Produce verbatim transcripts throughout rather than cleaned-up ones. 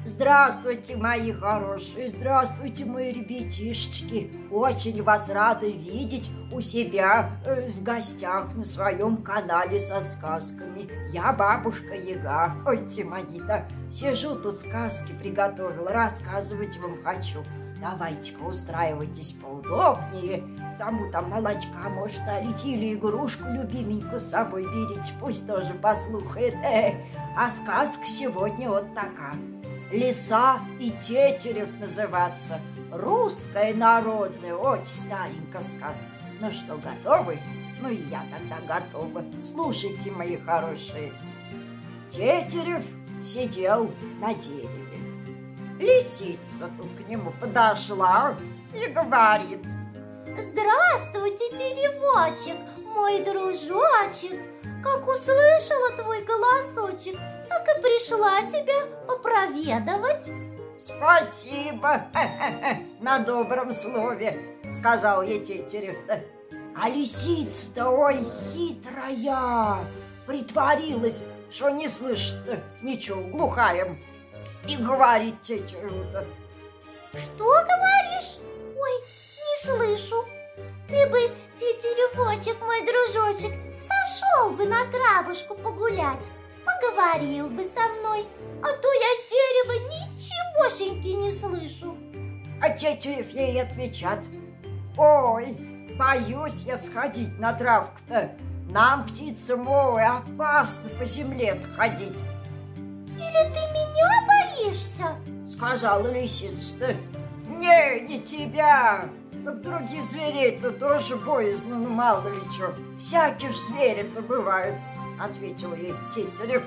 Здравствуйте, мои хорошие, здравствуйте, мои ребятишечки. Очень вас рада видеть у себя э, в гостях на своем канале со сказками. Я бабушка Яга. Ой-те мои-то, сижу тут, сказки приготовила, рассказывать вам хочу. Давайте-ка устраивайтесь поудобнее, тому там молочка может налить или игрушку любименькую с собой берите, пусть тоже послухает. Э, а сказка сегодня вот такая. «Лиса и Тетерев» называться. Русская народная, очень старенькая сказка. Ну что, готовы? Ну и я тогда готова. Слушайте, мои хорошие. Тетерев сидел на дереве. Лисица тут к нему подошла и говорит: «Здравствуйте, теревочек, мой дружочек. Как услышала твой голосочек, так и пришла тебя попроведовать». «Спасибо на добром слове», — сказал ей Тетерев-то. А лисица-то, ой, хитрая, притворилась, что не слышит ничего, глухая, и говорит Тетереву-то: «Что говоришь? Ой, не слышу. Ты бы, тетеревочек, мой дружочек, сошел бы на травушку погулять, поговорил бы со мной, а то я с дерева ничегошеньки не слышу». А Тетерев ей отвечает: «Ой, боюсь я сходить на травку-то. Нам, птицам, ой, опасно по земле ходить». «Или ты меня боишься?» — сказала лисица-то. «Не, не тебя. Других зверей-то тоже боязно, ну мало ли что. Всякие ж звери-то бывают», — ответил ей Тетерев.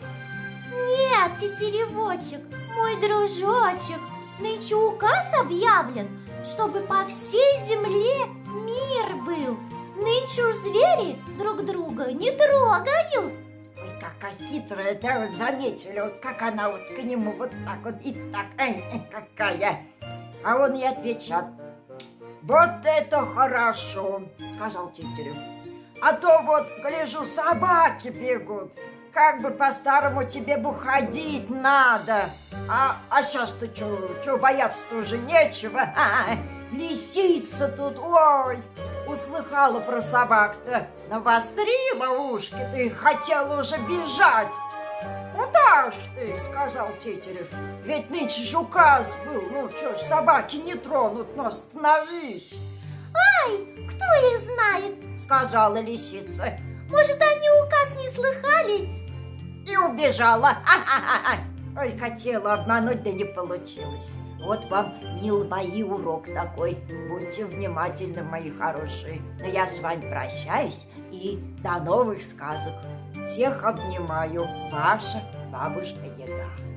«Нет, тетеревочек, мой дружочек, нынче указ объявлен, чтобы по всей земле мир был. Нынче уж звери друг друга не трогают». Ой, какая хитрая, да, вот заметили, вот как она вот к нему вот так вот и так, ай, какая. А он ей отвечает: «Вот это хорошо», — сказал Тетерев. «А то вот, гляжу, собаки бегут. Как бы по-старому тебе бы ходить надо. А, а сейчас-то что, бояться-то уже нечего. А, лисица тут, ой, услыхала про собак-то, навострила ушки-то и хотела уже бежать». «Куда ж ты?» — сказал Тетерев. «Ведь нынче ж указ был. Ну что ж, собаки не тронут, но остановись». «Ай, кто их знает?» — сказала лисица. «Может, они указ не слыхали?» И убежала. А-а-а-а. Ой, хотела обмануть, да не получилось. Вот вам, милые мои, урок такой. Будьте внимательны, мои хорошие. Но я с вами прощаюсь и до новых сказок. Всех обнимаю. Ваша бабушка Яга.